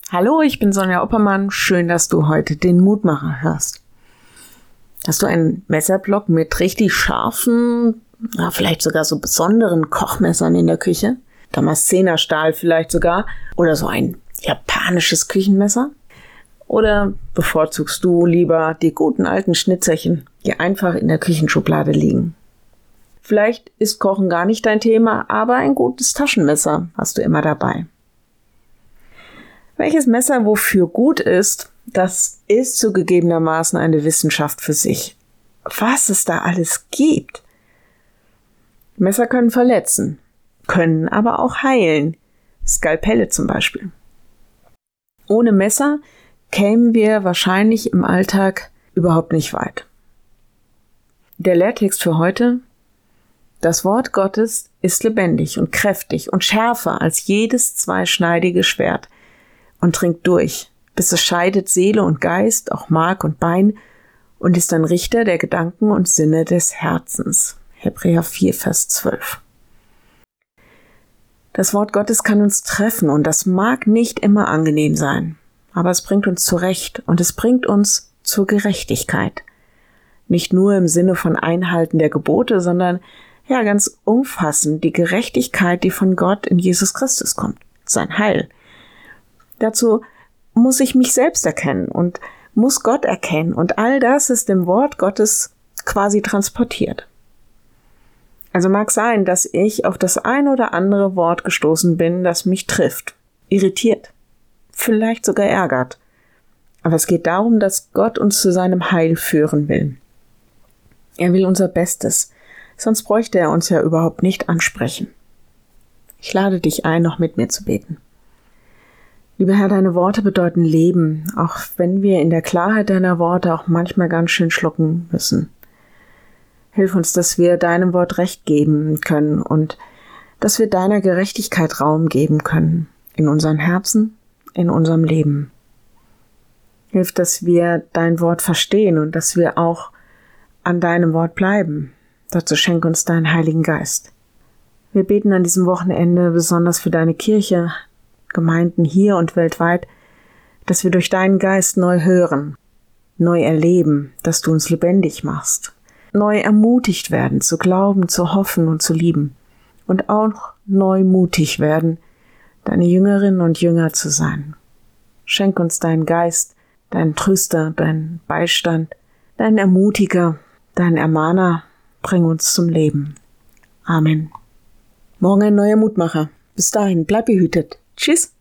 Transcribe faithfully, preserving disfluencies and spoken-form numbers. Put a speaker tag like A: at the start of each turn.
A: Hallo, ich bin Sonja Oppermann. Schön, dass du heute den Mutmacher hörst. Hast du einen Messerblock mit richtig scharfen, ja, vielleicht sogar so besonderen Kochmessern in der Küche? Damaszenerstahl vielleicht sogar. Oder so ein japanisches Küchenmesser? Oder bevorzugst du lieber die guten alten Schnitzerchen, die einfach in der Küchenschublade liegen? Vielleicht ist Kochen gar nicht dein Thema, aber ein gutes Taschenmesser hast du immer dabei. Welches Messer wofür gut ist, das ist zugegebenermaßen eine Wissenschaft für sich. Was es da alles gibt. Messer können verletzen, können aber auch heilen. Skalpelle zum Beispiel. Ohne Messer kämen wir wahrscheinlich im Alltag überhaupt nicht weit. Der Lehrtext für heute: Das Wort Gottes ist lebendig und kräftig und schärfer als jedes zweischneidige Schwert und dringt durch, bis es scheidet Seele und Geist, auch Mark und Bein, und ist ein Richter der Gedanken und Sinne des Herzens. Hebräer vier, Vers zwölf. Das Wort Gottes kann uns treffen und das mag nicht immer angenehm sein, aber es bringt uns zurecht und es bringt uns zur Gerechtigkeit. Nicht nur im Sinne von Einhalten der Gebote, sondern ja ganz umfassend die Gerechtigkeit, die von Gott in Jesus Christus kommt, sein Heil. Dazu muss ich mich selbst erkennen und muss Gott erkennen und all das ist im Wort Gottes quasi transportiert. Also mag sein, dass ich auf das ein oder andere Wort gestoßen bin, das mich trifft, irritiert, vielleicht sogar ärgert. Aber es geht darum, dass Gott uns zu seinem Heil führen will. Er will unser Bestes, sonst bräuchte er uns ja überhaupt nicht ansprechen. Ich lade dich ein, noch mit mir zu beten. Lieber Herr, deine Worte bedeuten Leben, auch wenn wir in der Klarheit deiner Worte auch manchmal ganz schön schlucken müssen. Hilf uns, dass wir deinem Wort Recht geben können und dass wir deiner Gerechtigkeit Raum geben können, in unseren Herzen, in unserem Leben. Hilf, dass wir dein Wort verstehen und dass wir auch an deinem Wort bleiben. Dazu schenk uns deinen Heiligen Geist. Wir beten an diesem Wochenende besonders für deine Kirche, Gemeinden hier und weltweit, dass wir durch deinen Geist neu hören, neu erleben, dass du uns lebendig machst, neu ermutigt werden, zu glauben, zu hoffen und zu lieben und auch neu mutig werden, deine Jüngerinnen und Jünger zu sein. Schenk uns deinen Geist, deinen Tröster, deinen Beistand, deinen Ermutiger, deinen Ermahner, bring uns zum Leben. Amen. Morgen ein neuer Mutmacher. Bis dahin, bleib behütet. Tschüss.